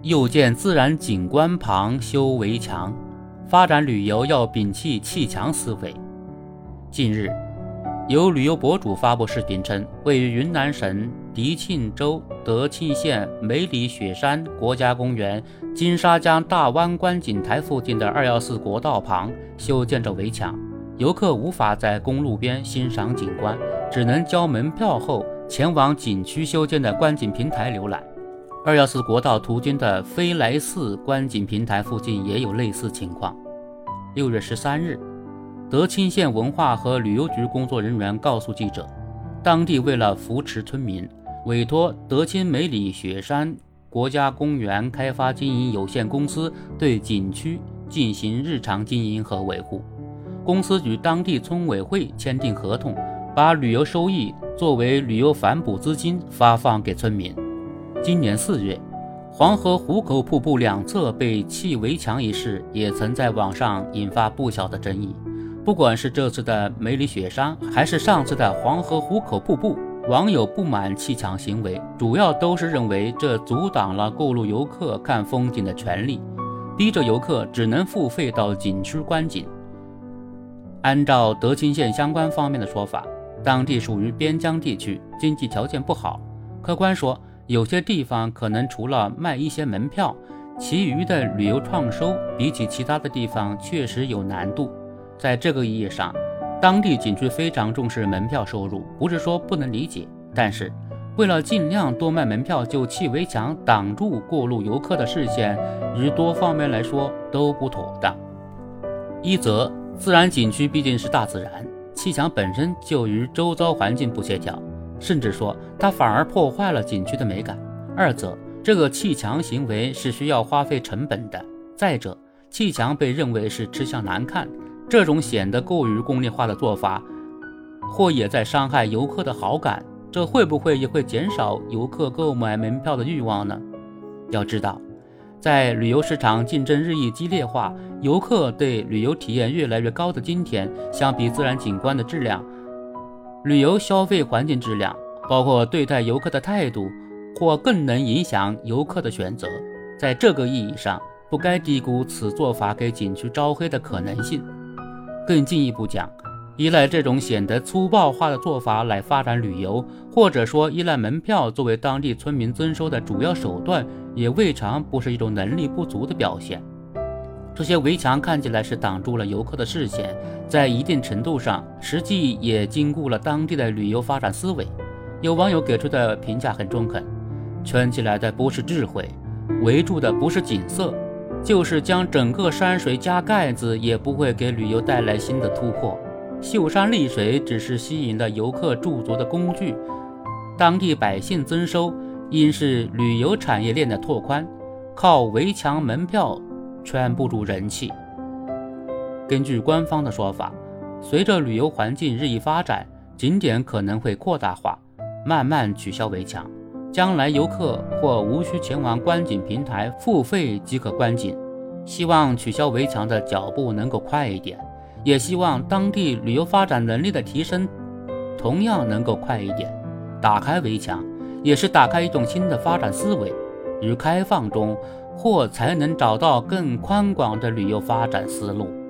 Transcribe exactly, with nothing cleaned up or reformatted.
又见自然景观旁修围墙，发展旅游要摒弃砌墙思维。近日，有旅游博主发布视频称，位于云南省迪庆州德钦县梅里雪山国家公园金沙江大湾观景台附近的二一四国道旁修建着围墙，游客无法在公路边欣赏景观，只能交门票后前往景区修建的观景平台浏览。二一四国道途经的飞来寺观景平台附近也有类似情况。六月十三日，德钦县文化和旅游局工作人员告诉记者，当地为了扶持村民，委托德钦梅里雪山国家公园开发经营有限公司对景区进行日常经营和维护。公司与当地村委会签订合同，把旅游收益作为旅游反哺资金发放给村民。今年四月，黄河壶口瀑布两侧被砌围墙一事也曾在网上引发不小的争议。不管是这次的梅里雪山，还是上次的黄河壶口瀑布，网友不满砌墙行为，主要都是认为这阻挡了过路游客看风景的权利，逼着游客只能付费到景区观景。按照德钦县相关方面的说法，当地属于边疆地区，经济条件不好，客观说，有些地方可能除了卖一些门票，其余的旅游创收比起其他的地方确实有难度。在这个意义上，当地景区非常重视门票收入，不是说不能理解，但是为了尽量多卖门票就砌围墙挡住过路游客的视线，于多方面来说都不妥当。一则，自然景区毕竟是大自然，砌墙本身就与周遭环境不协调，甚至说它反而破坏了景区的美感。二则，这个砌墙行为是需要花费成本的。再者，砌墙被认为是吃相难看，这种显得过于功利化的做法，或也在伤害游客的好感，这会不会也会减少游客购买门票的欲望呢？要知道，在旅游市场竞争日益激烈化，游客对旅游体验越来越高的今天，相比自然景观的质量，旅游消费环境质量，包括对待游客的态度，或更能影响游客的选择。在这个意义上，不该低估此做法给景区招黑的可能性。更进一步讲，依赖这种显得粗暴化的做法来发展旅游，或者说依赖门票作为当地村民增收的主要手段，也未尝不是一种能力不足的表现。这些围墙看起来是挡住了游客的视线，在一定程度上实际也禁锢了当地的旅游发展思维。有网友给出的评价很中肯，圈起来的不是智慧，围住的不是景色，就是将整个山水加盖子，也不会给旅游带来新的突破。秀山丽水只是吸引了游客驻足的工具，当地百姓增收应是旅游产业链的拓宽，靠围墙门票圈不住人气。根据官方的说法，随着旅游环境日益发展，景点可能会扩大化，慢慢取消围墙，将来游客或无需前往观景平台付费即可观景。希望取消围墙的脚步能够快一点，也希望当地旅游发展能力的提升同样能够快一点。打开围墙也是打开一种新的发展思维，于开放中或才能找到更宽广的旅游发展思路。